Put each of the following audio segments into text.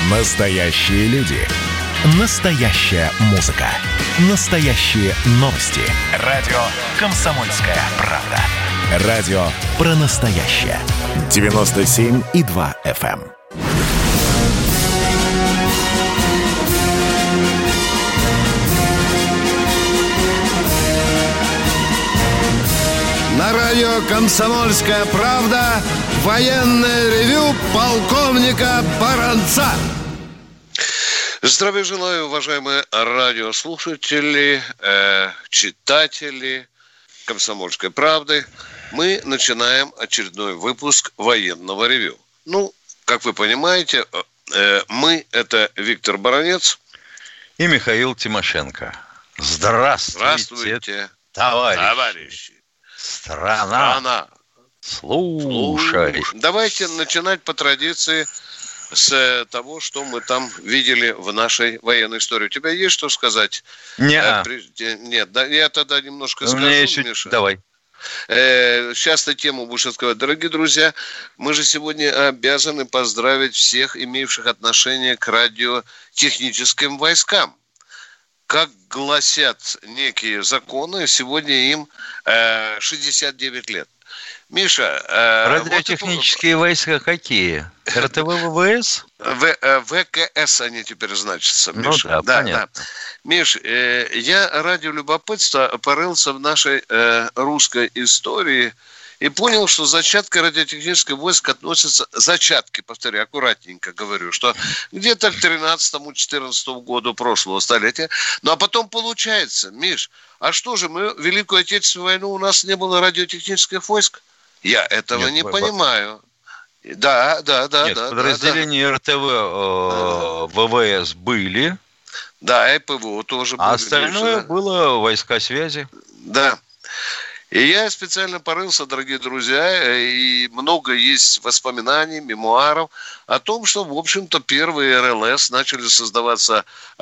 Настоящие люди. Настоящая музыка. Настоящие новости. Радио «Комсомольская правда». Радио про настоящее. 97,2 FM. На радио «Комсомольская правда» военное ревю полковника Баранца. Здравия желаю, уважаемые радиослушатели, читатели «Комсомольской правды». Мы начинаем очередной выпуск военного ревю. Ну, как вы понимаете, мы – это Виктор Баранец и Михаил Тимошенко. Здравствуйте, товарищи. Страна. Слушай. Давайте начинать по традиции с того, что мы там видели в нашей военной истории. У тебя есть что сказать? Нет. Нет, да, я тогда немножко скажу, Миша. Давай. Сейчас ты тему будешь рассказывать. Дорогие друзья, мы же сегодня обязаны поздравить всех, имеющих отношение к радиотехническим войскам. Как гласят некие законы, сегодня им 69 лет. Миша... Радиотехнические войска какие? РТВ ВВС? ВКС они теперь значатся, Миша. Ну да, понятно. Да. Миш, я ради любопытства порылся в нашей русской истории и понял, что зачатки радиотехнических войск относятся... Зачатки, повторяю, аккуратненько говорю, что где-то к 13-14 году прошлого столетия. Ну, а потом получается, Миш, а что же, мы Великую Отечественную войну у нас не было радиотехнических войск? Я этого не понимаю. Да. Нет, подразделения РТВ, ВВС были. Да, и ПВО тоже были. А остальное было войска связи. Да. И я специально порылся, дорогие друзья, и много есть воспоминаний, мемуаров о том, что, в общем-то, первые РЛС начали создаваться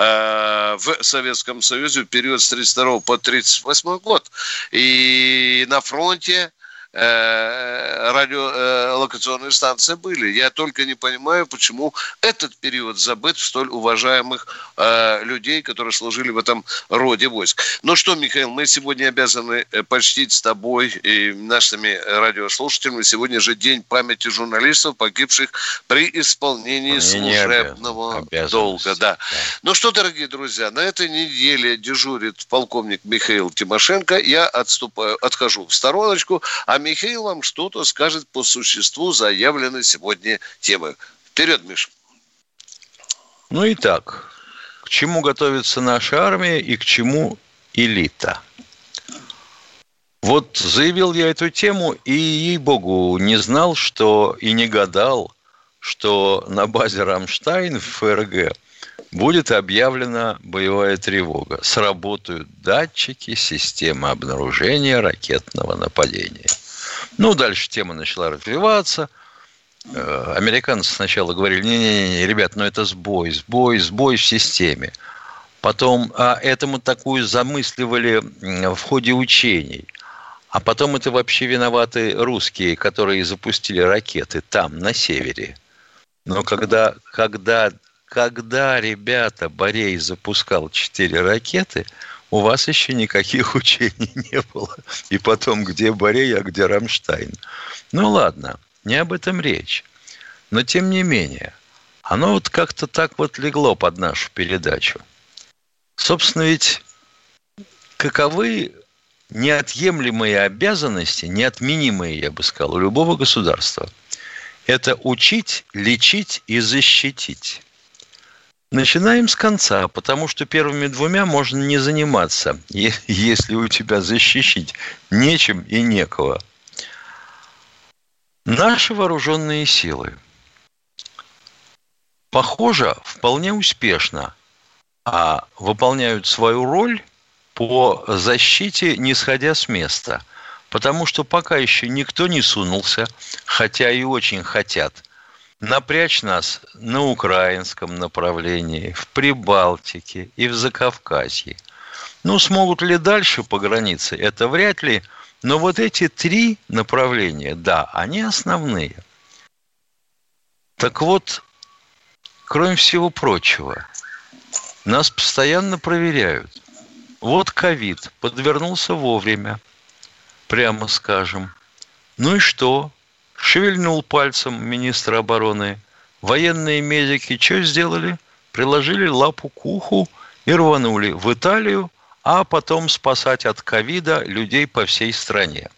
в Советском Союзе в период с 1932 по 1938 год. И на фронте радиолокационные станции были. Я только не понимаю, почему этот период забыт в столь уважаемых людей, которые служили в этом роде войск. Ну что, Михаил, мы сегодня обязаны почтить с тобой и нашими радиослушателями. Сегодня же день памяти журналистов, погибших при исполнении служебного долга. Да. Ну что, дорогие друзья, на этой неделе дежурит полковник Михаил Тимошенко. Я отхожу в стороночку, а Михаил вам что-то скажет по существу заявленной сегодня темы. Вперед, Миша. Ну и так, к чему готовится наша армия и к чему элита? Вот заявил я эту тему и, ей-богу, не знал, что и не гадал, что на базе «Рамштайн» в ФРГ будет объявлена боевая тревога. Сработают датчики системы обнаружения ракетного нападения. Ну, дальше тема начала развиваться. Американцы сначала говорили, не-не-не, ребят, ну это сбой в системе. Потом этому такую замысливали в ходе учений. А потом это вообще виноваты русские, которые запустили ракеты там, на севере. Но когда ребята, Борей запускал 4 ракеты, у вас еще никаких учений не было. И потом, где Борей, а где Рамштайн. Ну, ладно, не об этом речь. Но, тем не менее, оно вот как-то так вот легло под нашу передачу. Собственно, ведь каковы неотъемлемые обязанности, неотменимые, я бы сказал, у любого государства? Это учить, лечить и защитить. Начинаем с конца, потому что первыми двумя можно не заниматься, если у тебя защищать нечем и некого. Наши вооруженные силы, похоже, вполне успешно выполняют свою роль по защите, не сходя с места. Потому что пока еще никто не сунулся, хотя и очень хотят, напрячь нас на украинском направлении, в Прибалтике и в Закавказье. Ну, смогут ли дальше по границе, это вряд ли. Но вот эти 3 направления, да, они основные. Так вот, кроме всего прочего, нас постоянно проверяют. Вот ковид подвернулся вовремя, прямо скажем. Ну и что? Шевельнул пальцем министр обороны. Военные медики что сделали? Приложили лапу к уху и рванули в Италию, а потом спасать от ковида людей по всей стране.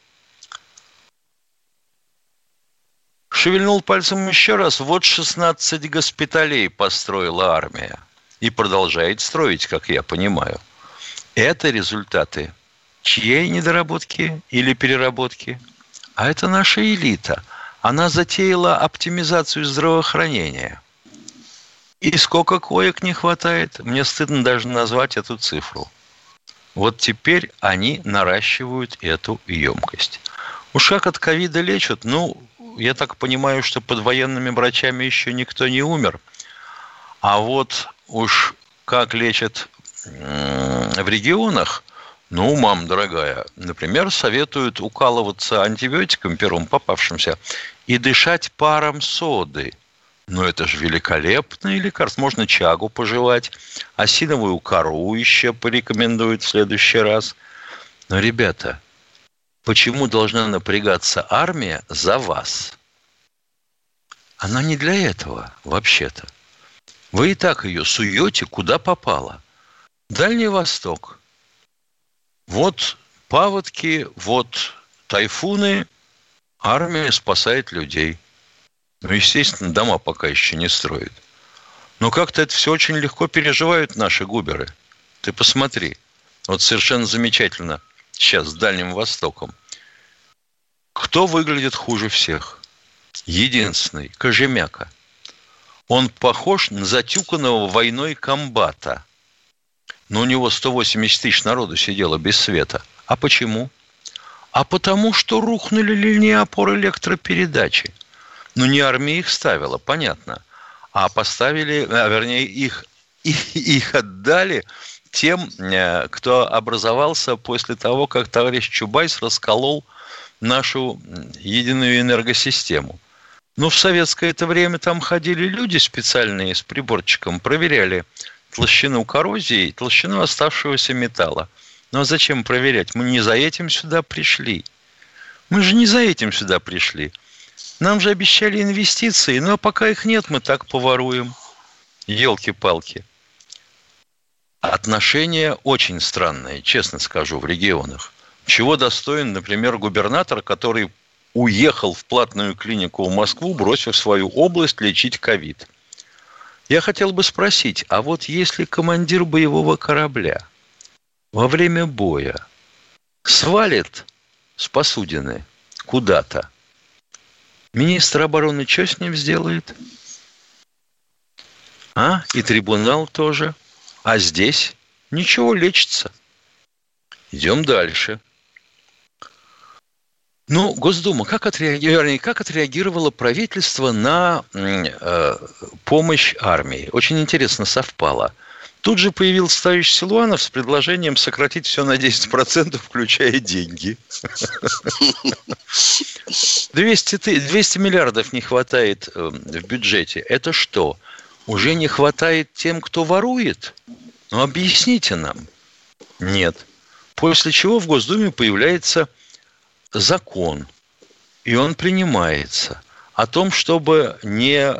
Шевельнул пальцем еще раз. Вот 16 госпиталей построила армия. И продолжает строить, как я понимаю. Это результаты чьей недоработки или переработки? А это наша элита. Она затеяла оптимизацию здравоохранения. И сколько коек не хватает? Мне стыдно даже назвать эту цифру. Вот теперь они наращивают эту емкость. Уж как от ковида лечат? Ну, я так понимаю, что под военными врачами еще никто не умер. А вот уж как лечат в регионах, ну, мам дорогая, например, советуют укалываться антибиотиком первым попавшимся и дышать паром соды. Ну, это же великолепное лекарство. Можно чагу пожевать, осиновую кору еще порекомендуют в следующий раз. Но, ребята, почему должна напрягаться армия за вас? Она не для этого, вообще-то. Вы и так ее суете, куда попало. Дальний Восток. Вот паводки, вот тайфуны. Армия спасает людей. Ну, естественно, дома пока еще не строят. Но как-то это все очень легко переживают наши губеры. Ты посмотри. Вот совершенно замечательно сейчас с Дальним Востоком. Кто выглядит хуже всех? Единственный. Кожемяка. Он похож на затюканного войной комбата. Но у него 180 тысяч народу сидело без света. А почему? А потому что рухнули линии опор электропередачи. Ну, не армия их ставила, понятно. А поставили, вернее, их отдали тем, кто образовался после того, как товарищ Чубайс расколол нашу единую энергосистему. Ну, в советское это время там ходили люди специальные с приборчиком, проверяли толщину коррозии, толщину оставшегося металла. Ну, а зачем проверять? Мы не за этим сюда пришли. Мы же не за этим сюда пришли. Нам же обещали инвестиции, но пока их нет, мы так поворуем. Елки-палки. Отношения очень странные, честно скажу, в регионах. Чего достоин, например, губернатор, который уехал в платную клинику в Москву, бросив свою область лечить ковид. Я хотел бы спросить, а вот если командир боевого корабля во время боя свалит с посудины куда-то, министр обороны что с ним сделает? И трибунал тоже. А здесь ничего, лечится. Идем дальше. Ну, Госдума, как отреагировало правительство на помощь армии? Очень интересно совпало. Тут же появился товарищ Силуанов с предложением сократить все на 10%, включая деньги. 200 миллиардов не хватает в бюджете. Это что? Уже не хватает тем, кто ворует? Ну, объясните нам. Нет. После чего в Госдуме появляется закон, и он принимается о том, чтобы не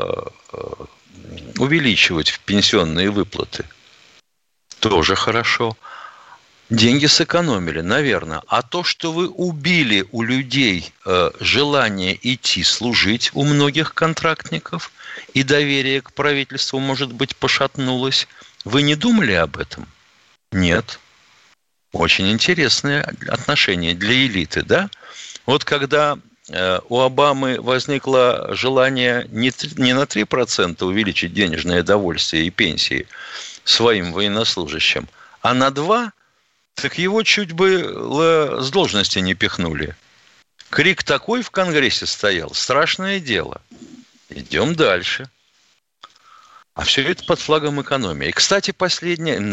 увеличивать пенсионные выплаты. Тоже хорошо. Деньги сэкономили, наверное. А то, что вы убили у людей желание идти служить у многих контрактников, и доверие к правительству, может быть, пошатнулось, вы не думали об этом? Нет. Очень интересные отношения для элиты, да? Вот когда у Обамы возникло желание не на 3% увеличить денежное довольствие и пенсии своим военнослужащим, а на 2%, так его чуть бы с должности не пихнули. Крик такой в Конгрессе стоял, страшное дело. Идем дальше. А все это под флагом экономии. Кстати, последнее,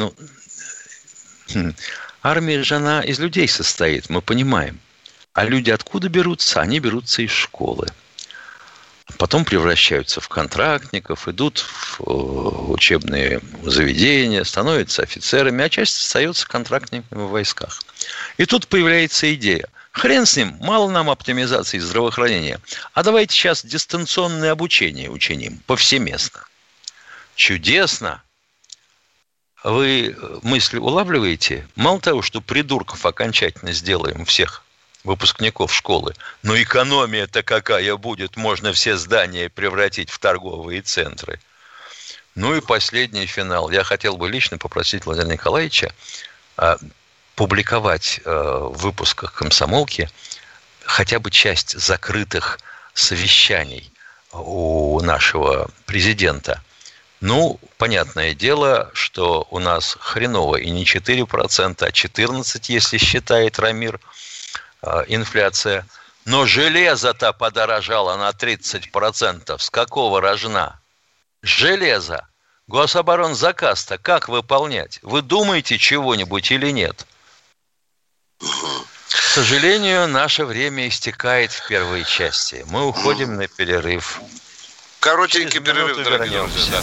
армия же она из людей состоит, мы понимаем. А люди откуда берутся? Они берутся из школы. потом превращаются в контрактников, идут в учебные заведения, становятся офицерами, а часть остается контрактниками в войсках. И тут появляется идея. Хрен с ним, мало нам оптимизации здравоохранения. А давайте сейчас дистанционное обучение учиним повсеместно. Чудесно! Вы мысли улавливаете? Мало того, что придурков окончательно сделаем всех выпускников школы, но экономия-то какая будет? Можно все здания превратить в торговые центры. Ну и последний финал. Я хотел бы лично попросить Владимира Николаевича публиковать в выпусках «Комсомолки» хотя бы часть закрытых совещаний у нашего президента. Ну, понятное дело, что у нас хреново и не 4%, а 14%, если считает Рамир, инфляция. Но железо-то подорожало на 30%. С какого рожна? Железо. Гособоронзаказ-то как выполнять? Вы думаете чего-нибудь или нет? К сожалению, наше время истекает в первой части. Мы уходим на перерыв. Коротенький перерыв, дорогие друзья.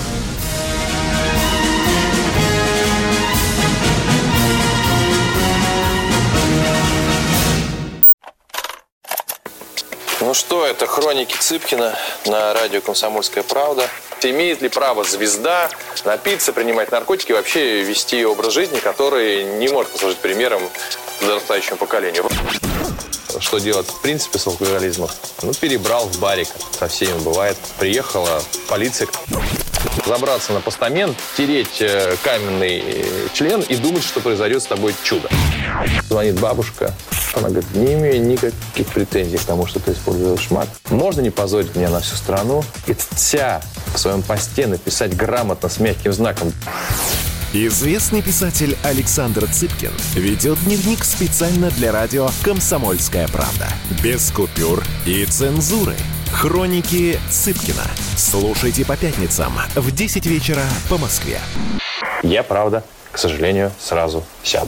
Ну что, это хроники Цыпкина на радио «Комсомольская правда». Имеет ли право звезда напиться, принимать наркотики и вообще вести образ жизни, который не может послужить примером подрастающему поколению? Что делать в принципе с алкоголизмом? Ну, перебрал в барик. Со всеми бывает. Приехала полиция. Забраться на постамент, тереть каменный член и думать, что произойдет с тобой чудо. Звонит бабушка. Она говорит, не имею никаких претензий к тому, что ты используешь мат. Можно не позорить меня на всю страну и вся в своем посте написать грамотно с мягким знаком. Известный писатель Александр Цыпкин ведет дневник специально для радио «Комсомольская правда». Без купюр и цензуры. Хроники Цыпкина. Слушайте по пятницам в 10 вечера по Москве. Я, правда, к сожалению, сразу сяду.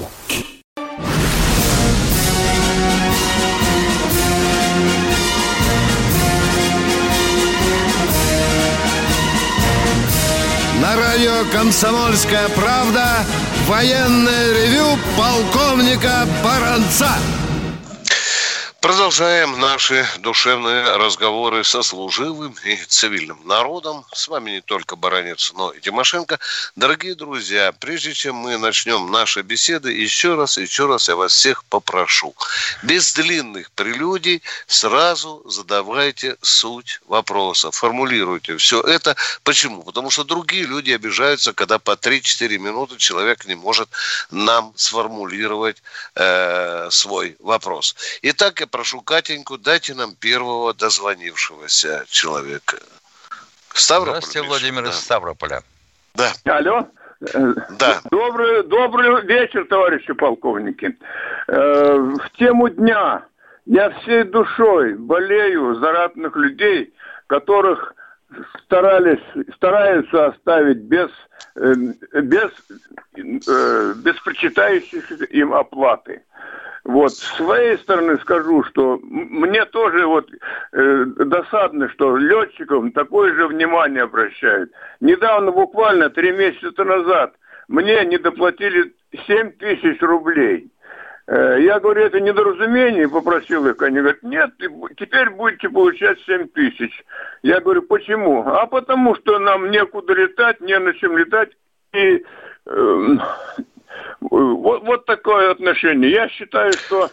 На радио «Комсомольская правда» военное ревю полковника Баранца. Продолжаем наши душевные разговоры со служивым и цивильным народом. С вами не только Баранец, но и Тимошенко. Дорогие друзья, прежде чем мы начнем наши беседы, еще раз я вас всех попрошу. Без длинных прелюдий сразу задавайте суть вопроса. Формулируйте все это. Почему? Потому что другие люди обижаются, когда по 3-4 минуты человек не может нам сформулировать свой вопрос. Итак, я прошу Катеньку, дайте нам первого дозвонившегося человека. Ставрополь. Здравствуйте, Владимир из Ставрополя. Да. Алло. Да. Добрый вечер, товарищи полковники. В тему дня я всей душой болею за ратных людей, которых стараются оставить без причитающихся им оплаты. Вот, с своей стороны скажу, что мне тоже досадно, что летчикам такое же внимание обращают. Недавно, буквально 3 месяца назад, мне не доплатили 7 тысяч рублей. Я говорю, это недоразумение, попросил их. Они говорят, нет, теперь будете получать 7 тысяч. Я говорю, почему? А потому что нам некуда летать, не на чем летать. И вот такое отношение. Я считаю, что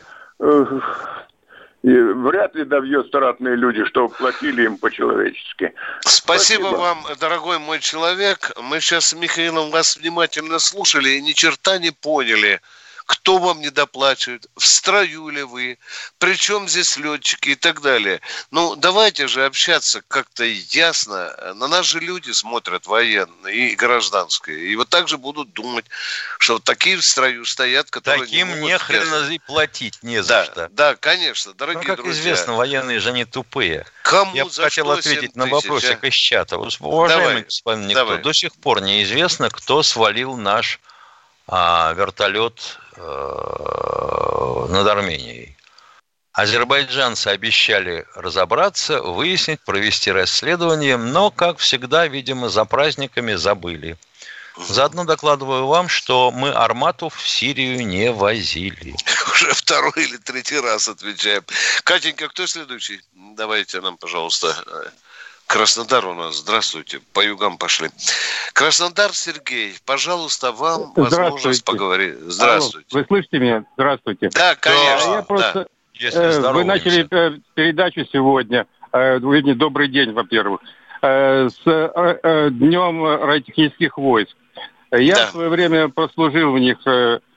вряд ли добьются ратные люди, чтобы платили им по-человечески. Спасибо вам, дорогой мой человек. Мы сейчас с Михаилом вас внимательно слушали и ни черта не поняли, кто вам не доплачивает, в строю ли вы, причем здесь летчики и так далее. Ну, давайте же общаться как-то ясно. На нас же люди смотрят, военные и гражданские. И вот так же будут думать, что вот такие в строю стоят, которые таким не могут... не хрена и платить не за что. Да, конечно, дорогие друзья. Как известно, военные же не тупые. Кому Я бы хотел ответить на вопросик из чата. Уважаемый господин Никто, до сих пор неизвестно, кто свалил наш вертолет над Арменией. Азербайджанцы обещали разобраться, выяснить, провести расследование, но, как всегда, видимо, за праздниками забыли. Заодно докладываю вам, что мы «Армату» в Сирию не возили. Уже второй или третий раз отвечаем. Катенька, кто следующий? Давайте нам, пожалуйста. Краснодар у нас. Здравствуйте. По югам пошли. Краснодар, Сергей, пожалуйста, вам возможность поговорить. Здравствуйте. Алло, вы слышите меня? Здравствуйте. Да, конечно. Я просто... Да. Вы начали передачу сегодня. Добрый день, во-первых. С Днем радиотехнических войск. Я в свое время прослужил в них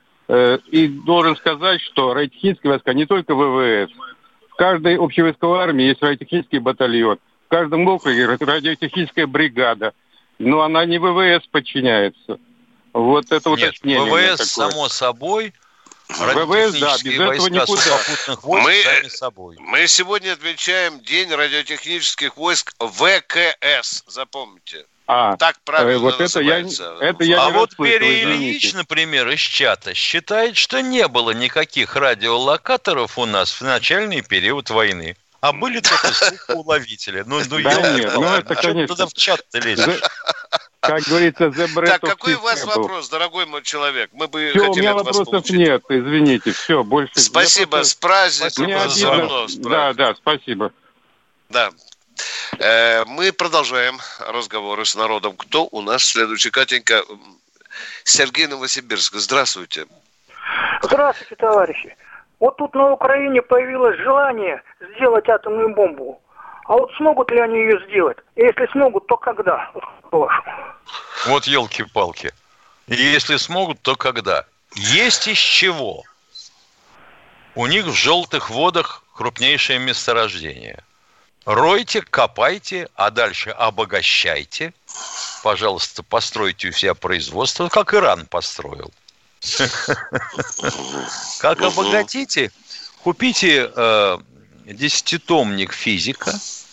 и должен сказать, что радиотехнические войска не только ВВС. В каждой общевойсковой армии есть радиотехнический батальон. В каждом округе радиотехническая бригада. Но она не ВВС подчиняется. Вот это уточнение. Нет, ВВС, само собой. ВВС, да, без этого никуда. Мы сегодня отмечаем День радиотехнических войск ВКС. Запомните. Так правильно вот называется. Это я а не вот расслышал, Перри извините. Ильич, например, из чата считает, что не было никаких радиолокаторов у нас в начальный период войны. А были только звукоуловители. Это, конечно. Туда в чат-то лезешь. Как говорится, the breath Так, of какой у вас people. вопрос, дорогой мой человек? Мы бы Все, у хотели меня от вас вопросов получить. нет, извините, все, больше... Спасибо, с праздником. Мне обидно. Да, спасибо. Да. Мы продолжаем разговоры с народом. Кто у нас следующий? Катенька, Сергей, Новосибирск. Здравствуйте. Здравствуйте, товарищи. Вот тут на Украине появилось желание сделать атомную бомбу. А вот смогут ли они ее сделать? И если смогут, то когда? Вот елки-палки. И если смогут, то когда? Есть из чего. У них в желтых водах крупнейшее месторождение. Ройте, копайте, а дальше обогащайте. Пожалуйста, постройте у себя производство, как Иран построил. Как обогатите? Купите 10-томник физика,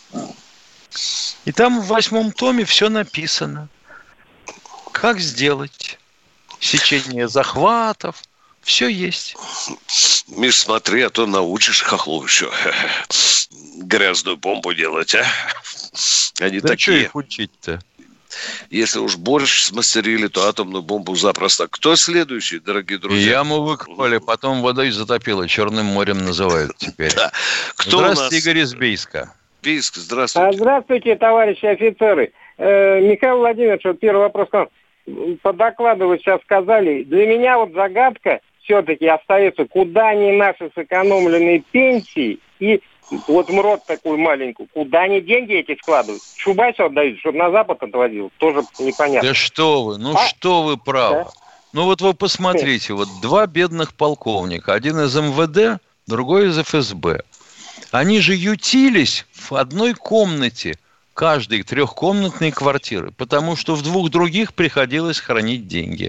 и там в 8 томе все написано. Как сделать сечение захватов, все есть. Миш, смотри, а то научишь хохлов еще грязную бомбу делать, а? Они да такие. что их учить-то? Если уж борщ смастерили, то атомную бомбу запросто. Кто следующий, дорогие друзья? Яму выкопали, потом водой затопило. Черным морем называют теперь. Да. Кто Здравствуйте, у нас? Игорь из Бийска. Бийск, здравствуйте. Здравствуйте, товарищи офицеры. Михаил Владимирович, вот первый вопрос к вам. По докладу вы сейчас сказали. Для меня вот загадка все-таки остается, куда они наши сэкономленные пенсии и вот МРОТ такую маленькую, куда они деньги эти складывают? Чубайсу отдают, чтобы на Запад отвозил, тоже непонятно. Да что вы, что вы правы. Да? Ну вот вы посмотрите, вот 2 бедных полковника, один из МВД, другой из ФСБ. Они же ютились в одной комнате, каждой 3-комнатной квартиры, потому что в 2 других приходилось хранить деньги.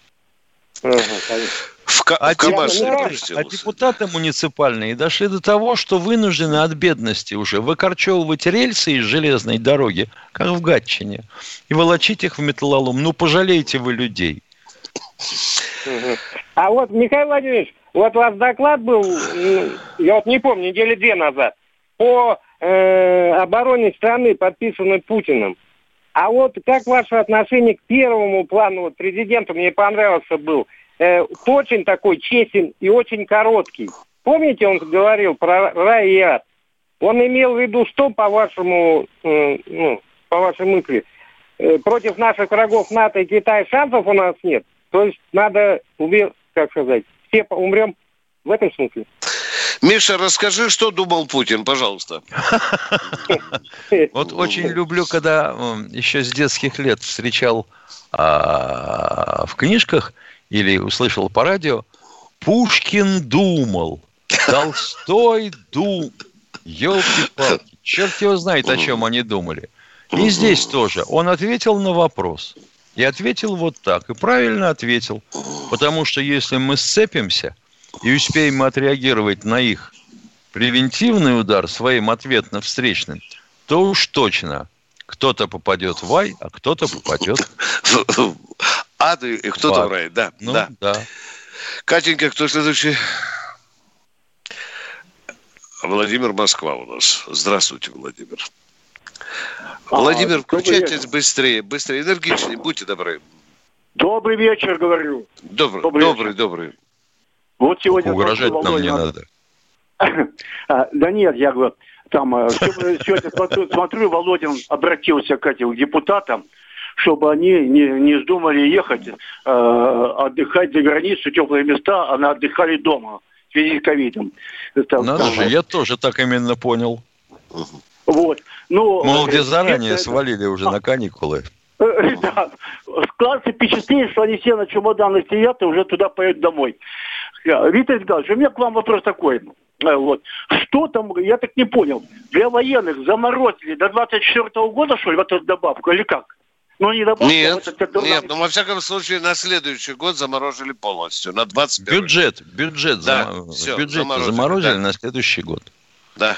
Депутаты муниципальные дошли до того, что вынуждены от бедности уже выкорчевывать рельсы из железной дороги, как в Гатчине, и волочить их в металлолом. Ну, пожалейте вы людей. А вот, Михаил Владимирович, вот у вас доклад был, я вот не помню, недели 2 назад, по обороне страны, подписанной Путиным. А вот как ваше отношение к первому плану вот, президента, мне понравился был, очень такой честен и очень короткий. Помните, он говорил про рай и ад? Он имел в виду, что, по вашему, по вашей мысли, против наших врагов НАТО и Китая шансов у нас нет? То есть надо, как сказать, все умрем в этом смысле? Миша, расскажи, что думал Путин, пожалуйста. Вот очень люблю, когда еще с детских лет встречал в книжках или услышал по радио, Пушкин думал, Толстой думал. Елки-палки, черт его знает, о чем они думали. И здесь тоже. Он ответил на вопрос. И ответил вот так. И правильно ответил. Потому что если мы сцепимся и успеем отреагировать на их превентивный удар своим ответно-встречным, то уж точно кто-то попадет в ай, а кто-то попадет в ад и кто-то в рай. Да, да. Катенька, кто следующий? Владимир, Москва у нас. Здравствуйте, Владимир. Владимир, включайтесь быстрее, энергичнее, будьте добры. Добрый вечер, говорю. Добрый. Вот сегодня... Угрожать нам не надо. Да нет, я говорю, там, сегодня смотрю, Володин обратился к этим депутатам, чтобы они не вздумали ехать отдыхать за границу, теплые места, а отдыхали дома в связи с ковидом. Надо же, я тоже так именно понял. Вот. Ну, мол, где заранее свалили уже на каникулы. Да. Складывается впечатление, что они все на чемоданах сидят и уже туда поедут домой. Виталий Николаевич, у меня к вам вопрос такой. Вот. Что там, я так не понял, для военных заморозили до 24 года, что ли, в эту добавку, или как? Ну, не добавку, нет, но во всяком случае на следующий год заморозили полностью, на 21. Бюджет заморозили на следующий год. Да.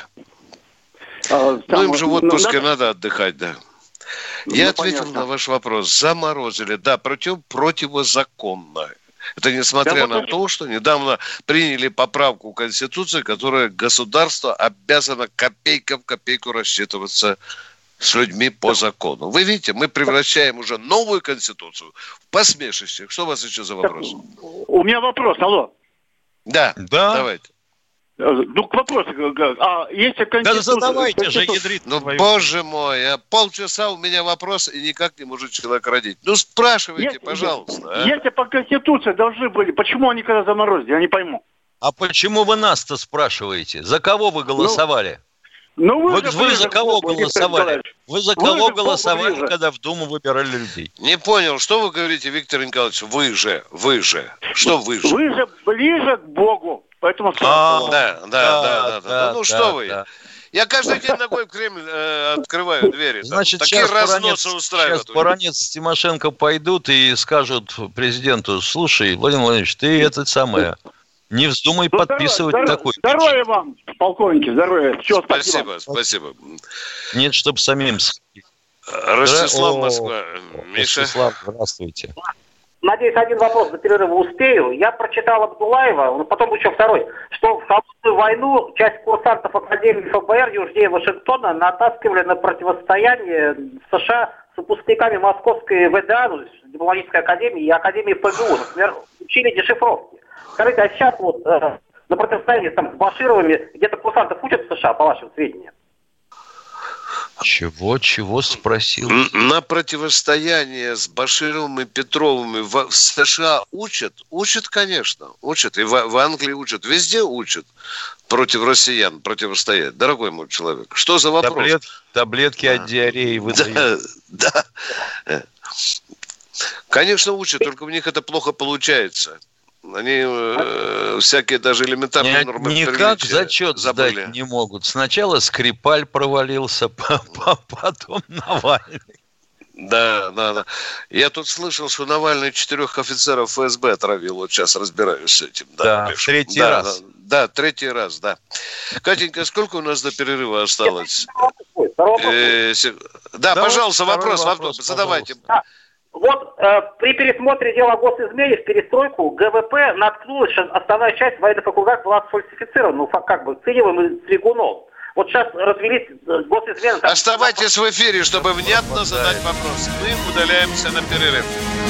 Им же в отпуске надо отдыхать, да. Я ответил на ваш вопрос. Заморозили. Да, противозаконно. Это несмотря на то, что недавно приняли поправку в Конституции, которая государство обязано копейка в копейку рассчитываться с людьми по закону. Вы видите, мы превращаем уже новую Конституцию в посмешище. Что у вас еще за вопрос? У меня вопрос, алло. Да. Давайте. Ну, к вопросу. Если Конституция... Да задавайте же, ядрит. Ну, боже мой, полчаса у меня вопрос, и никак не может человек родить. Ну, спрашивайте, пожалуйста. Если по Конституции должны были, почему они когда заморозили, я не пойму. А почему вы нас-то спрашиваете? За кого вы голосовали? Вы за кого голосовали? Вы за кого голосовали, когда в Думу выбирали людей? Не понял, что вы говорите, Виктор Николаевич? Вы же. Что вы же? Вы же ближе к Богу. Поэтому... Да. Ну, что вы? Я каждый день ногой в Кремль открываю двери. Значит, такие разносы устраивают. Сейчас Баранец с Тимошенко пойдут и скажут президенту: слушай, Владимир Владимирович, ты не вздумай подписывать такой. Здоровья вам, полковники, здоровья. Спасибо. Нет, чтобы самим... Ростислав, Москва. Миша. Ростислав, здравствуйте. Надеюсь, один вопрос до перерыва успею. Я прочитал Абдулаева, потом еще второй, что в холодную войну часть курсантов Академии ФБР южнее Вашингтона натаскивали на противостояние США с выпускниками Московской ВДА, Дипломатической академии и Академии ПГУ. Например, учили дешифровки. Скажите, а сейчас на противостоянии с Башировыми где-то курсантов учат в США, по вашим сведениям? Чего спросил? На противостояние с Башировым и Петровыми в США учат? Учат, конечно. Учат. И в Англии учат. Везде учат против россиян противостоять. Дорогой мой человек. Что за вопрос? Таблетки от диареи выдают. Да. Конечно, учат. Только у них это плохо получается. Они всякие даже элементарные нормы никак зачет забыли. Сдать не могут. Сначала Скрипаль провалился, потом Навальный. Да. Я тут слышал, что Навальный 4 офицеров ФСБ отравил. Вот сейчас разбираюсь с этим. Третий раз. Да, третий раз, да. Катенька, сколько у нас до перерыва осталось? Да, пожалуйста, вопрос задавайте. Вот при пересмотре дела о госизмене в перестройку ГВП наткнулась, что основная часть в военных округах была сфальсифицирована. Циневым и Цвигунов. Вот сейчас развелись госизмены... Оставайтесь в эфире, чтобы внятно задать вопрос. Мы удаляемся на перерыв.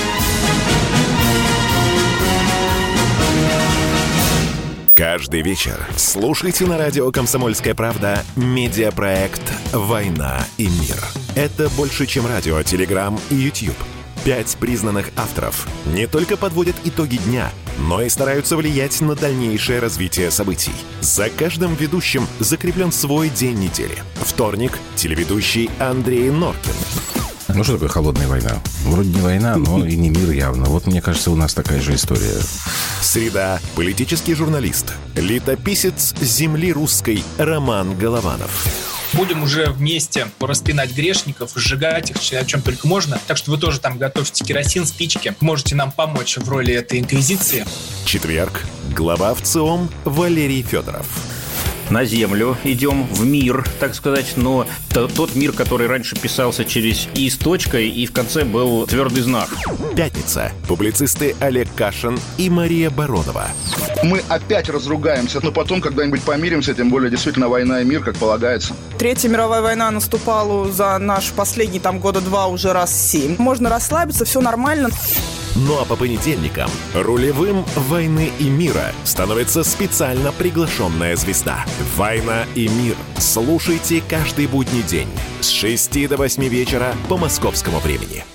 Каждый вечер слушайте на радио «Комсомольская правда» медиапроект «Война и мир». Это больше, чем радио, телеграм и YouTube. 5 признанных авторов не только подводят итоги дня, но и стараются влиять на дальнейшее развитие событий. За каждым ведущим закреплен свой день недели. Вторник – телеведущий Андрей Норкин. Ну, что такое холодная война? Вроде не война, но и не мир явно. Вот, мне кажется, у нас такая же история. Среда. Политический журналист, летописец земли русской Роман Голованов. Будем уже вместе распинать грешников, сжигать их, о чем только можно. Так что вы тоже там готовьте керосин, спички. Можете нам помочь в роли этой инквизиции. Четверг. Глава ВЦИОМ Валерий Федоров. на землю, идем в мир, так сказать, но тот мир, который раньше писался через «и» с точкой, и в конце был твердый знак. Пятница. Публицисты Олег Кашин и Мария Баронова. Мы опять разругаемся, но потом когда-нибудь помиримся, тем более действительно война и мир, как полагается. Третья мировая война наступала за наш последний года 2 уже раз 7. Можно расслабиться, все нормально. Ну а по понедельникам рулевым «Войны и мира» становится специально приглашенная звезда. «Война и мир». Слушайте каждый будний день с 6 до 8 вечера по московскому времени.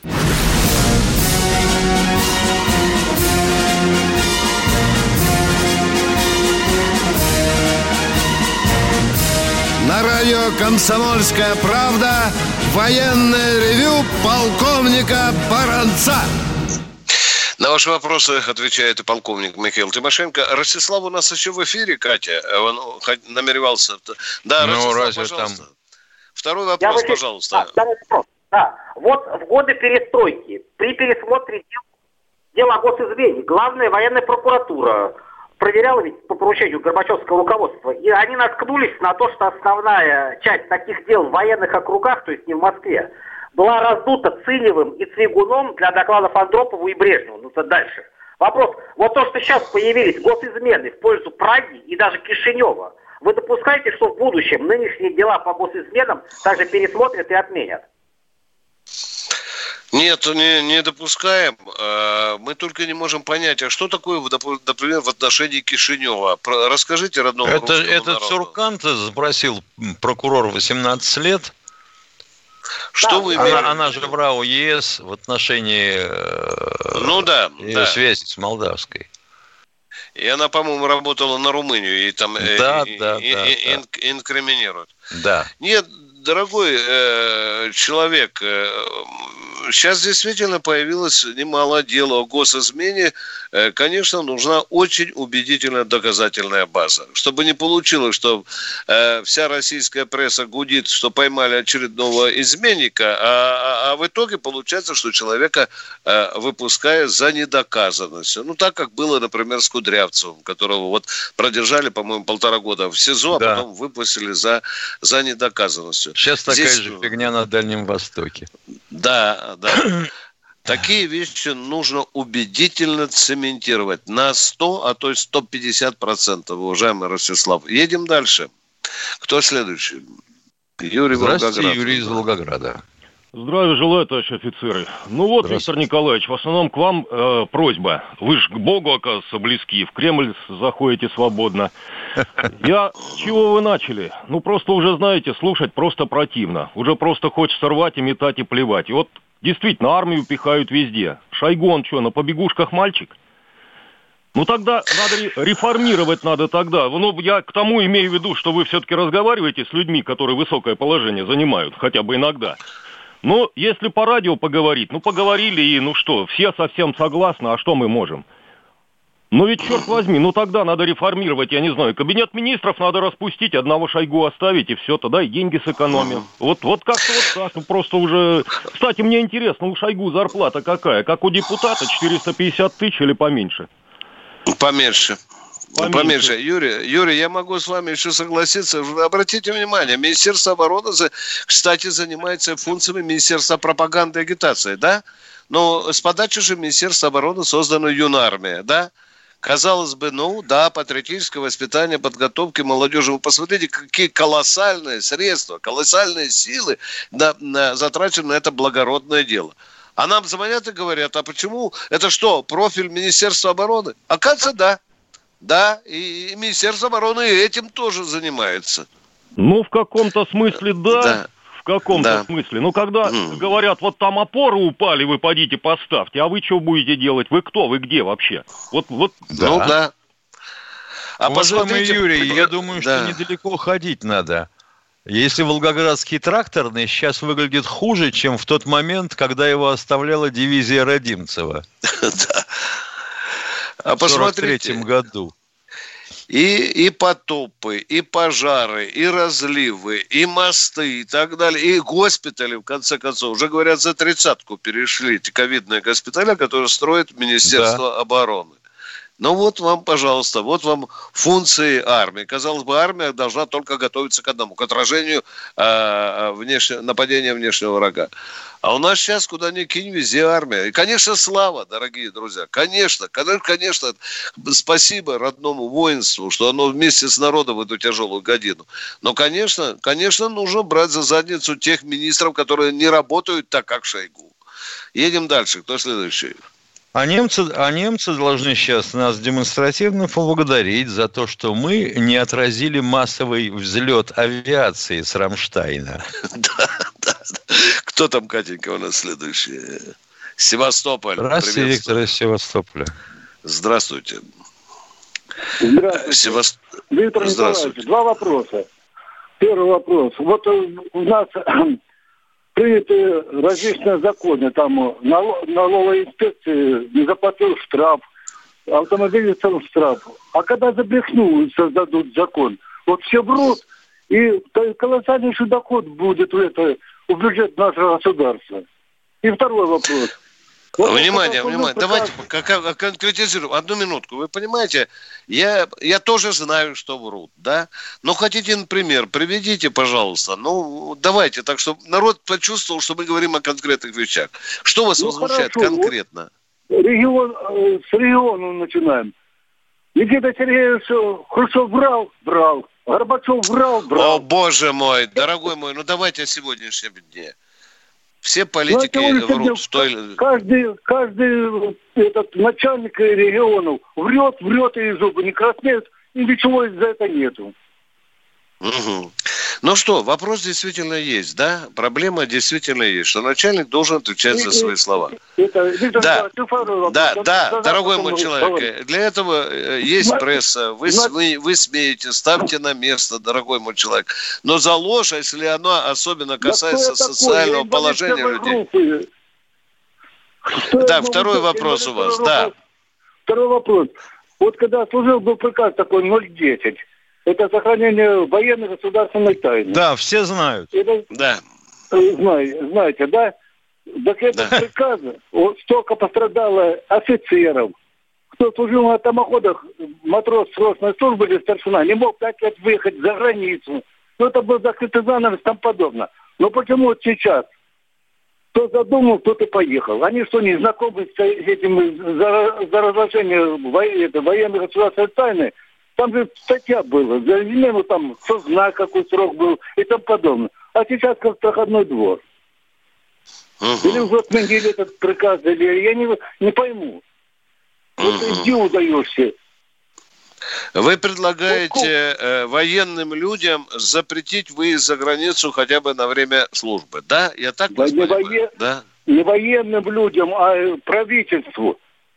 На радио «Комсомольская правда» военное ревю полковника Баранца. На ваши вопросы отвечает и полковник Михаил Тимошенко. Ростислав у нас еще в эфире, Катя. Он намеревался... Да, ну, Ростислав, пожалуйста. Второй вопрос, пожалуйста. Второй вопрос. Да. Вот в годы перестройки при пересмотре дела о госизмене главная военная прокуратура проверяла ведь по поручению Горбачевского руководства. И они наткнулись на то, что основная часть таких дел в военных округах, то есть не в Москве, была раздута Циневым и Цвигуном для докладов Андропову и Брежневу. Ну, то дальше. Вопрос. Вот то, что сейчас появились госизмены в пользу Праги и даже Кишинева, вы допускаете, что в будущем нынешние дела по госизменам также пересмотрят и отменят? Нет, не допускаем. Мы только не можем понять, а что такое, например, в отношении Кишинева? Расскажите родному русскому народу. Это Цуркан-то запросил прокурор 18 лет. Что вы имеете? Она же в РАО ЕС в отношении ее связи с молдавской. И она, по-моему, работала на Румынию, и там инкриминируют. Да. Нет, дорогой человек, сейчас действительно появилось немало дел о госизмене. Конечно, нужна очень убедительная доказательная база. Чтобы не получилось, что вся российская пресса гудит, что поймали очередного изменника, а в итоге получается, что человека выпускают за недоказанностью. Ну, так, как было, например, с Кудрявцевым, которого вот продержали, по-моему, 1,5 года в СИЗО, а потом выпустили за недоказанностью. Сейчас такая же фигня на Дальнем Востоке. Да. Такие вещи нужно убедительно цементировать на 100, а то и 150%, уважаемый Ростислав. Едем дальше. Кто следующий? Юрий Волгоград. Здравствуйте, Юрий из Волгограда. Здравия желаю, товарищ офицеры. Ну вот, Виктор Николаевич, в основном к вам просьба. Вы же к Богу, оказывается, близки, в Кремль заходите свободно. С чего вы начали? Ну просто уже, знаете, слушать просто противно. Уже просто хочется рвать и метать и плевать. И вот действительно, армию пихают везде. Шойгу, он что, на побегушках мальчик? Ну тогда надо реформировать тогда. Ну, я к тому имею в виду, что вы все-таки разговариваете с людьми, которые высокое положение занимают, хотя бы иногда. Но если по радио поговорить, поговорили и, все совсем согласны, а что мы можем? Ну ведь, черт возьми, тогда надо реформировать, я не знаю, кабинет министров надо распустить, одного Шойгу оставить, и все, тогда и деньги сэкономим. Вот как-то вот так, просто уже... Кстати, мне интересно, у Шойгу зарплата какая? Как у депутата, 450 тысяч или поменьше? Поменьше. Юрий, я могу с вами еще согласиться. Обратите внимание, Министерство обороны, кстати, занимается функциями Министерства пропаганды и агитации, да? Но с подачи же Министерства обороны создана юнармия, да? Казалось бы, патриотическое воспитание, подготовки молодежи. Вы посмотрите, какие колоссальные средства, колоссальные силы затрачены на это благородное дело. А нам звонят и говорят, а почему? Это что, профиль Министерства обороны? Оказывается, да. Да, и Министерство обороны этим тоже занимается. Ну, в каком-то смысле, да. В каком-то смысле. Ну, когда говорят, вот там опоры упали, вы подите поставьте, а вы что будете делать? Вы кто? Вы где вообще? Вот. Да. А посмотрите, Юрий, я думаю, что недалеко ходить надо. Если волгоградский тракторный сейчас выглядит хуже, чем в тот момент, когда его оставляла дивизия Родимцева. Да. А посмотрите, в 1943 году. И потопы, и пожары, и разливы, и мосты, и так далее, и госпитали, в конце концов. Уже, говорят, за 30-ку перешли эти ковидные госпитали, которые строит Министерство обороны. Ну вот вам, пожалуйста, вот вам функции армии. Казалось бы, армия должна только готовиться к одному, к отражению нападения внешнего врага. А у нас сейчас, куда ни кинь, везде армия. И, конечно, слава, дорогие друзья. Конечно, спасибо родному воинству, что оно вместе с народом в эту тяжелую годину. Но, конечно, нужно брать за задницу тех министров, которые не работают так, как Шойгу. Едем дальше. Кто следующий? А немцы должны сейчас нас демонстративно поблагодарить за то, что мы не отразили массовый взлет авиации с Рамштайна. Да. Кто там, Катенька, у нас следующий? Севастополь. Здравствуйте, Виктор из Севастополя. Здравствуйте. Здравствуйте. Виктор Николаевич, два вопроса. Первый вопрос. Вот у нас приняты различные законы, там налоговая инспекция не заплатил штраф, автомобилистам штраф. А когда забрехнул, создадут закон, вот все врут, и колоссальнейший доход будет в бюджет нашего государства. И второй вопрос. Вот внимание. Давайте конкретизируем. Одну минутку. Вы понимаете, я тоже знаю, что врут, да? Но хотите, например, приведите, пожалуйста. Ну, давайте, так, чтобы народ почувствовал, что мы говорим о конкретных вещах. Что вас возмущает конкретно? С региона начинаем. Никита Сергеевич Хрущев брал. Горбачев брал. О, боже мой, дорогой мой, ну давайте о сегодняшнем дне. Все политики врут. Каждый этот начальник регионов врет и зубы не краснеют, и ничего из-за этого нету. Угу. Ну что, вопрос действительно есть, да? Проблема действительно есть, что начальник должен отвечать за свои слова. Да, дорогой мой человек, для этого есть пресса, вы смеете, ставьте на место, дорогой мой человек. Но за ложь, если она особенно касается социального положения людей. Да, второй вопрос у вас, да. Второй вопрос. Вот когда служил, был приказ такой 010. Это сохранение военной государственной тайны. Да, все знают. Да. Знаете, да? Так этот приказ, столько пострадало офицеров. Кто служил на томоходах, матрос срочной службы или старшина, не мог 5 лет выехать за границу. Ну, это был закрытый занавес, там подобно. Но почему вот сейчас? Кто задумал, тот и поехал. Они что, не знакомы с этим за разглашение военной государственной тайны? Там же статья была, за измену там, кто знает, какой срок был и тому подобное. А сейчас как проходной двор. Или уже отменили этот приказ, или я не пойму. Вот где удаешься? Вы предлагаете военным людям запретить выезд за границу хотя бы на время службы, да? Я так понимаю, да? Не военным людям, а правительству.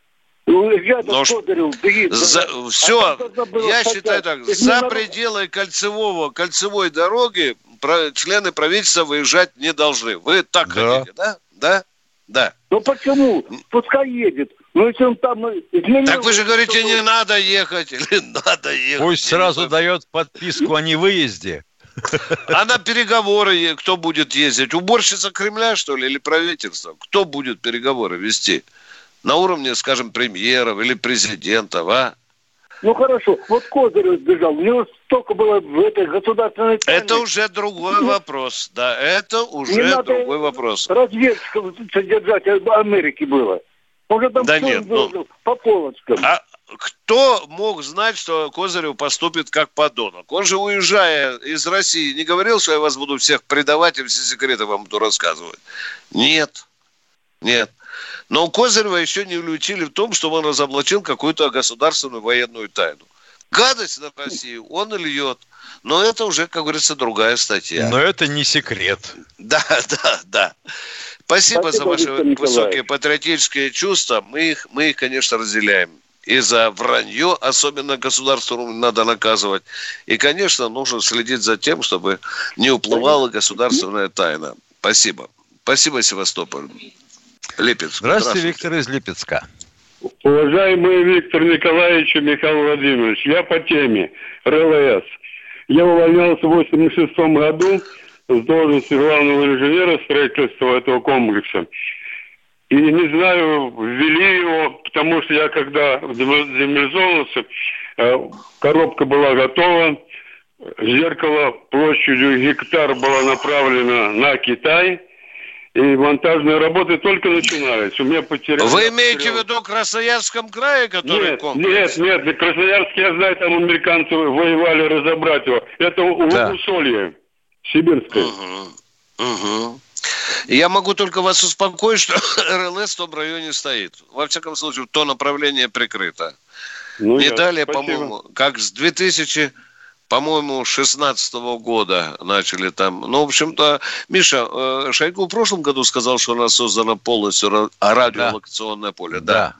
Все, я считаю так, за пределы кольцевой дороги члены правительства выезжать не должны. Вы так хотите, да? Да. Ну почему? Пускай едет. Ну если он там... Так вы же говорите, не надо ехать или надо ехать. Пусть сразу дает подписку о невыезде. А на переговоры кто будет ездить? Уборщица Кремля, что ли, или правительство? Кто будет переговоры вести? На уровне, скажем, премьеров или президентов, а? Ну хорошо, вот Козырев сбежал, у него столько было в этой государственной тайне. Это уже другой вопрос, да, это уже другой вопрос. Разведчиков содержать Америки было. Уже там по полочкам. А кто мог знать, что Козырев поступит как подонок? Он же, уезжая из России, не говорил, что я вас буду всех предавать и все секреты вам буду рассказывать? Нет. Но Козырева еще не уличили в том, что он разоблачил какую-то государственную военную тайну. Гадость на Россию он и льет. Но это уже, как говорится, другая статья. Но это не секрет. Да. Спасибо за ваши высокие патриотические чувства. Мы их, конечно, разделяем. И за вранье, особенно государству, надо наказывать. И, конечно, нужно следить за тем, чтобы не уплывала государственная тайна. Спасибо. Спасибо, Севастополь. Липецк. Здравствуйте, Виктор из Липецка. Уважаемый Виктор Николаевич и Михаил Владимирович, я по теме РЛС. Я увольнялся в 1986 году с должности главного инженера строительства этого комплекса. И не знаю, ввели его, потому что я когда демобилизовался, коробка была готова, зеркало площадью гектар было направлено на Китай, и монтажные работы только начинались. У меня потеряли... Вы имеете в виду в Красноярском крае, который комплекс? Нет, в Красноярске, я знаю, там американцы воевали разобрать его. Это Усолье, Сибирское. Угу. Я могу только вас успокоить, что РЛС в том районе стоит. Во всяком случае, то направление прикрыто. Не далее, по-моему, как с 2016 года начали там. Ну, в общем-то, Миша, Шойгу в прошлом году сказал, что у нас создано полностью радиолокационное поле. Да.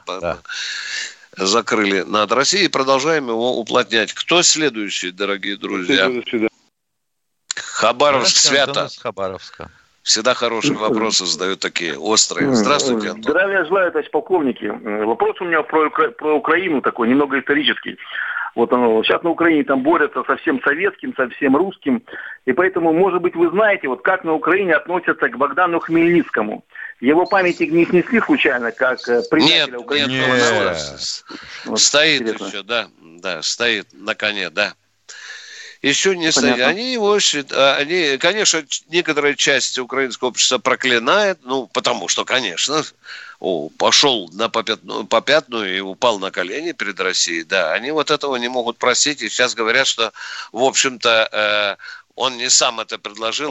Закрыли над Россией и продолжаем его уплотнять. Кто следующий, дорогие друзья? Хабаровск, Свято. Хабаровска. Всегда хорошие вопросы задают такие острые. Здравствуйте, Антон. Здравия желаю, товарищ полковники. Вопрос у меня про Украину такой, немного исторический. Вот сейчас на Украине там борются со всем советским, со всем русским. И поэтому, может быть, вы знаете, вот как на Украине относятся к Богдану Хмельницкому. Его памятник не снесли случайно, как предателя украинского народа? Вот, стоит интересно. Еще, да, стоит на коне, да. Еще не стоит. Они, конечно, некоторая часть украинского общества проклинает, потому что, конечно, пошел на попятную и упал на колени перед Россией. Да, они вот этого не могут простить, и сейчас говорят, что, в общем-то, он не сам это предложил.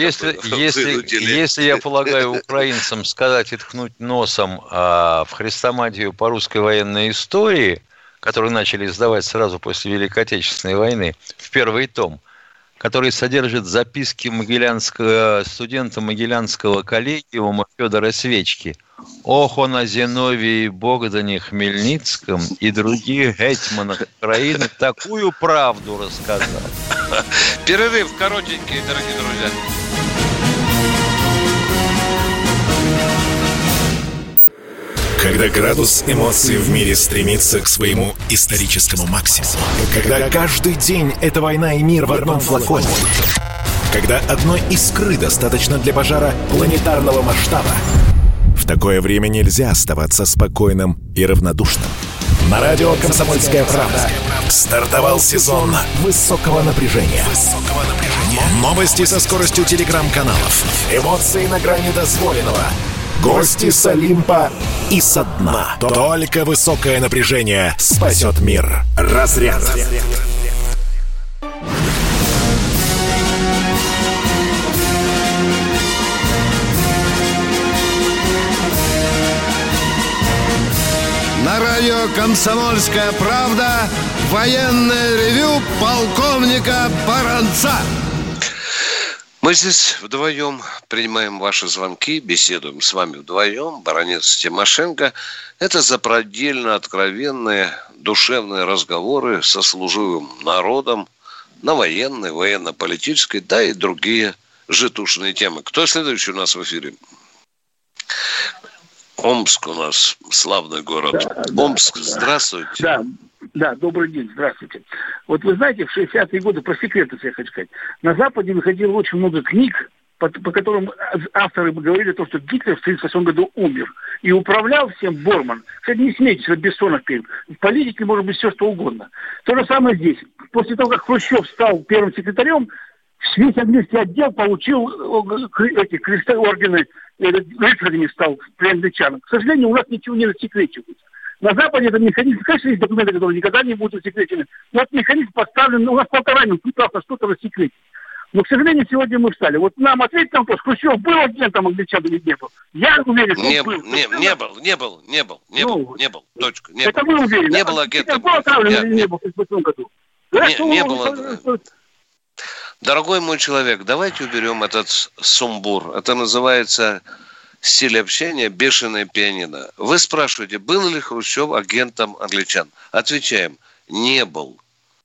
Если я полагаю украинцам сказать и ткнуть носом в хрестоматию по русской военной истории, которые начали издавать сразу после Великой Отечественной войны, в первый том, который содержит записки студента Могилянского коллегиума Федора Свечки. «Ох, он о Зиновии Богдане Хмельницком и других гетьманах Украины такую правду рассказал». Перерыв коротенький, дорогие друзья. Когда градус эмоций в мире стремится к своему историческому максимуму. Когда каждый день — это война и мир в одном флаконе. Когда одной искры достаточно для пожара планетарного масштаба. В такое время нельзя оставаться спокойным и равнодушным. На радио «Комсомольская правда» стартовал сезон высокого напряжения. Новости со скоростью телеграм-каналов. Эмоции на грани дозволенного. Гости с Олимпа и со дна. Только высокое напряжение спасет мир. Разряд. На радио «Комсомольская правда» военное ревю полковника Баранца. Мы здесь вдвоем принимаем ваши звонки, беседуем с вами вдвоем, Баранец, Тимошенко. Это запредельно откровенные, душевные разговоры со служивым народом на военной, военно-политической, да и другие житушные темы. Кто следующий у нас в эфире? Омск у нас, славный город. Да, Омск, здравствуйте. Да, добрый день, здравствуйте. Вот вы знаете, в 60-е годы, про секреты я хочу сказать, на Западе выходило очень много книг, по которым авторы говорили то, что Гитлер в 1938 году умер. И управлял всем Борман. Кстати, не смейтесь, это Бессонов пел. В политике может быть все, что угодно. То же самое здесь. После того, как Хрущев стал первым секретарем, весь английский отдел получил эти крестовые ордены, рыцарями стал при англичанах. К сожалению, у нас ничего не рассекречивается. На Западе этот механизм, конечно, есть документы, которые никогда не будут рассекречены, но этот механизм поставлен, у нас 1,5 минуты пытался что-то рассекретить. Но, к сожалению, сегодня мы встали. Вот нам ответить на вопрос, Хрущев был агентом англичан или не был? Я уверен, что он был. Не был. Точка. Не это был. вы уверены? Не был агентом. Был отравлен или не был в 1938 году? Не было. Дорогой мой человек, давайте уберем этот сумбур. Это называется стиль общения «бешеное пианино». Вы спрашиваете, был ли Хрущев агентом англичан? Отвечаем, не был.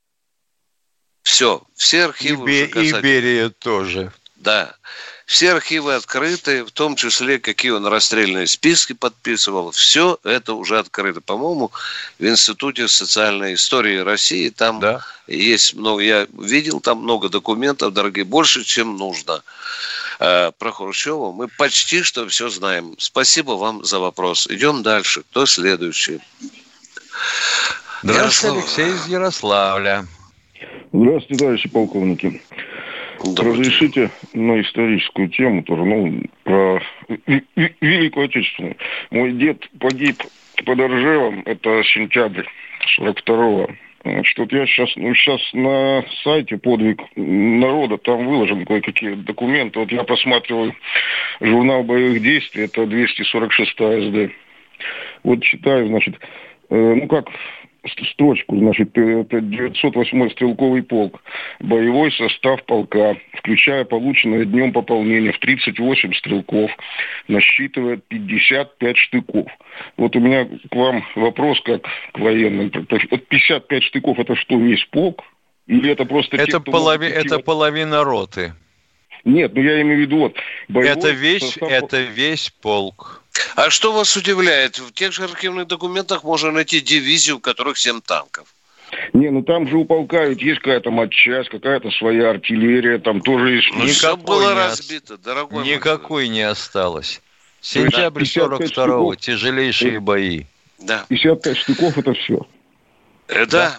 Все архивы... И Берия тоже. Да. Все архивы открыты, в том числе, какие он расстрельные списки подписывал. Все это уже открыто. По-моему, в Институте социальной истории России там есть много... Я видел там много документов, дорогие, больше, чем нужно. про Хрущева мы почти что все знаем. Спасибо вам за вопрос. Идем дальше. Кто следующий? Здравствуйте, Алексей из Ярославля. Здравствуйте, товарищи полковники. Разрешите на историческую тему тоже, про Великую Отечественную. Мой дед погиб под Ржевом, это сентябрь 42-го. Значит, вот я сейчас на сайте «Подвиг народа», там выложены кое-какие документы. Вот я просматриваю журнал боевых действий, это 246-я СД. Вот читаю, значит, строчку, значит, это 908-й стрелковый полк. Боевой состав полка, включая полученное днем пополнение в 38 стрелков, насчитывает 55 штыков. Вот у меня к вам вопрос, как к военным. 55 штыков, это что, весь полк? Или это просто... Это половина роты. Нет, я имею в виду... Это весь полк. А что вас удивляет? В тех же архивных документах можно найти дивизию, у которых 7 танков. Там же у полка ведь есть какая-то матчасть, какая-то своя артиллерия, там тоже есть... Все было разбито, дорогой мой. Никакой не осталось. Сентябрь 42-го, тяжелейшие бои. Да. 55 штыков это все. Да.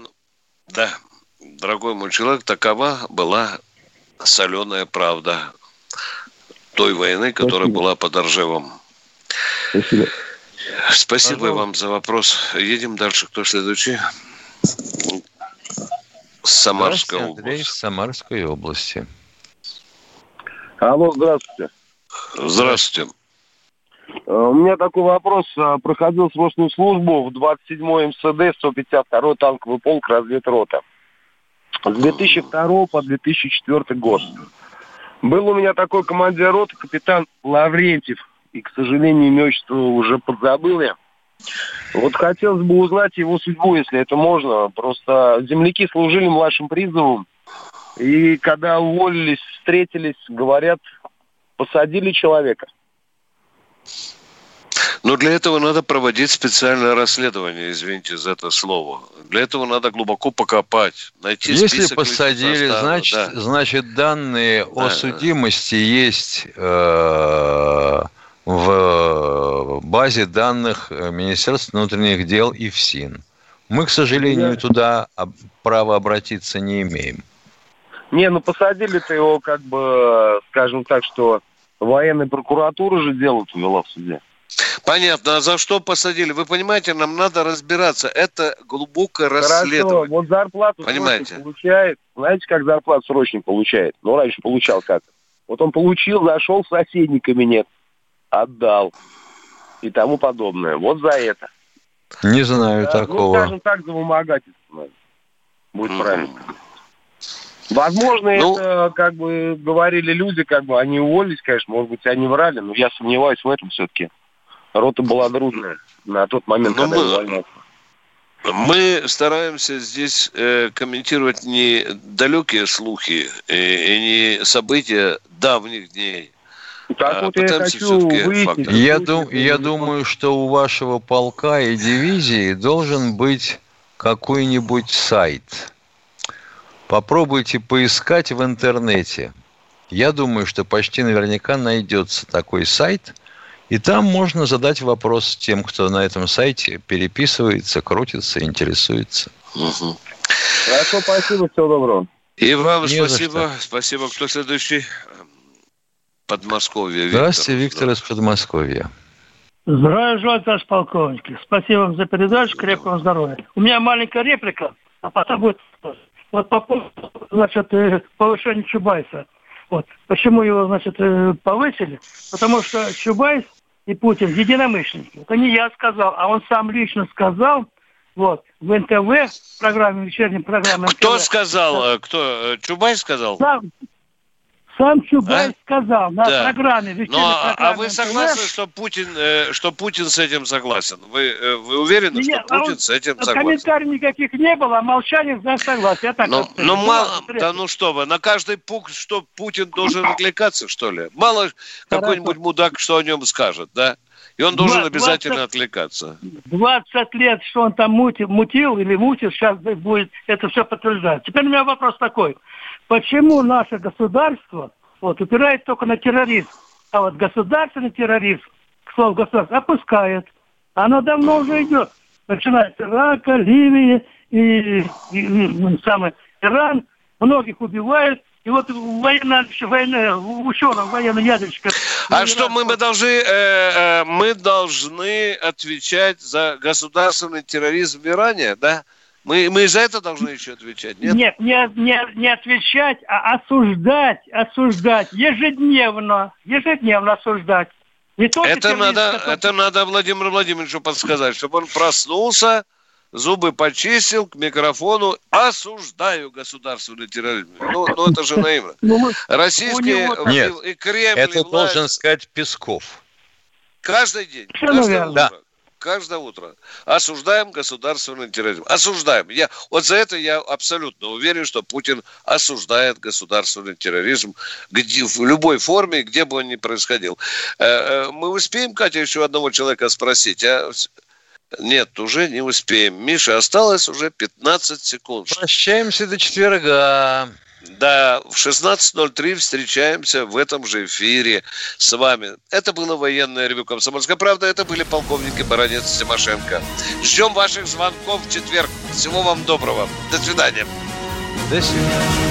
Дорогой мой человек, такова была соленая правда той войны, которая была под Ржевом. Спасибо. Спасибо вам за вопрос. Едем дальше. Кто следующий? Самарская область. Андрей из Самарской области. Алло, здравствуйте. Здравствуйте. У меня такой вопрос. Проходил срочную службу в 27-й МСД, 152-й танковый полк, разведрота. С 2002 по 2004 год. Был у меня такой командир роты, капитан Лаврентьев. И, к сожалению, имя отчество уже подзабыл я. Вот хотелось бы узнать его судьбу, если это можно. Просто земляки служили младшим призовом. И когда уволились, встретились, говорят, посадили человека. Но для этого надо проводить специальное расследование, извините за это слово. Для этого надо глубоко покопать, найти список. Если посадили, значит данные о судимости есть в базе данных Министерства внутренних дел и ФСИН. Мы, к сожалению, туда права обратиться не имеем. Посадили-то его, скажем так, что военная прокуратура же дело вела в суде. Понятно. А за что посадили? Вы понимаете, нам надо разбираться. Это глубокое расследование. Вот зарплату срочник получает. Знаете, как зарплату срочник получает? Раньше получал как. Вот он получил, зашел в соседний кабинет, отдал и тому подобное. Вот за это. Не знаю такого. Скажем так, за вымогательство. Будет правильно. Возможно, это, говорили люди, они уволились, конечно, может быть, они врали, но я сомневаюсь в этом все-таки. Рота была дружная на тот момент, когда я увольнялся. Мы стараемся здесь комментировать не далекие слухи и не события давних дней. Так вот я хочу выяснить. Я думаю, что у вашего полка и дивизии должен быть какой-нибудь сайт. Попробуйте поискать в интернете. Я думаю, что почти наверняка найдется такой сайт, и там можно задать вопрос тем, кто на этом сайте переписывается, крутится, интересуется. Угу. Хорошо, спасибо, всего доброго. И вам спасибо. Спасибо. Кто следующий? Подмосковье. Здравствуйте, Виктор из Подмосковья. Здравия желаю, товарищ полковник. Спасибо вам за передачу, крепкого здоровья. У меня маленькая реплика, а потом будет... Вот по поводу, повышения Чубайса. Вот. Почему его, повысили? Потому что Чубайс и Путин единомышленники. Это не я сказал, а он сам лично сказал, в НТВ, в программе, вечерней программе НТВ. Кто сказал? Кто? Чубайс сказал? Сам Чубайс сказал на программе. А вы согласны, что Путин с этим согласен? Вы уверены, что Путин с этим согласен? Комментариев никаких не было, а молчание за согласие. Ну что вы, на каждый пункт, что Путин должен отвлекаться, что ли? Мало какой-нибудь мудак, что о нем скажет, да? И он должен обязательно отвлекаться. 20 лет, что он там мутил или мутит, сейчас будет это все подтверждать. Теперь у меня вопрос такой. Почему наше государство вот, упирает только на терроризм. А вот государственный терроризм, к слову, государство опускает. Оно давно уже идет. Начиная с Ирака, Ливии и самый Иран. Многих убивают. И вот ученым, военно-ядерщикам... А что мы должны отвечать за государственный терроризм в Иране, да? Мы за это должны еще отвечать, нет? Нет, не отвечать, а осуждать ежедневно осуждать. Не только это надо Владимиру Владимировичу подсказать, чтобы он проснулся, зубы почистил, к микрофону. Осуждаю государственный терроризм. Ну это же наивно. Российские и Кремль, это должен сказать Песков. Каждый день, каждое утро осуждаем государственный терроризм. Осуждаем. Вот за это я абсолютно уверен, что Путин осуждает государственный терроризм в любой форме, где бы он ни происходил. Мы успеем, Катя, еще одного человека спросить? Нет, уже не успеем. Миша, осталось уже 15 секунд. Прощаемся до четверга. Да, в 16:03 встречаемся в этом же эфире с вами. Это было военное ревю «Комсомольская правда». Это были полковники Баранец и Тимошенко. Ждем ваших звонков в четверг. Всего вам доброго. До свидания. До свидания.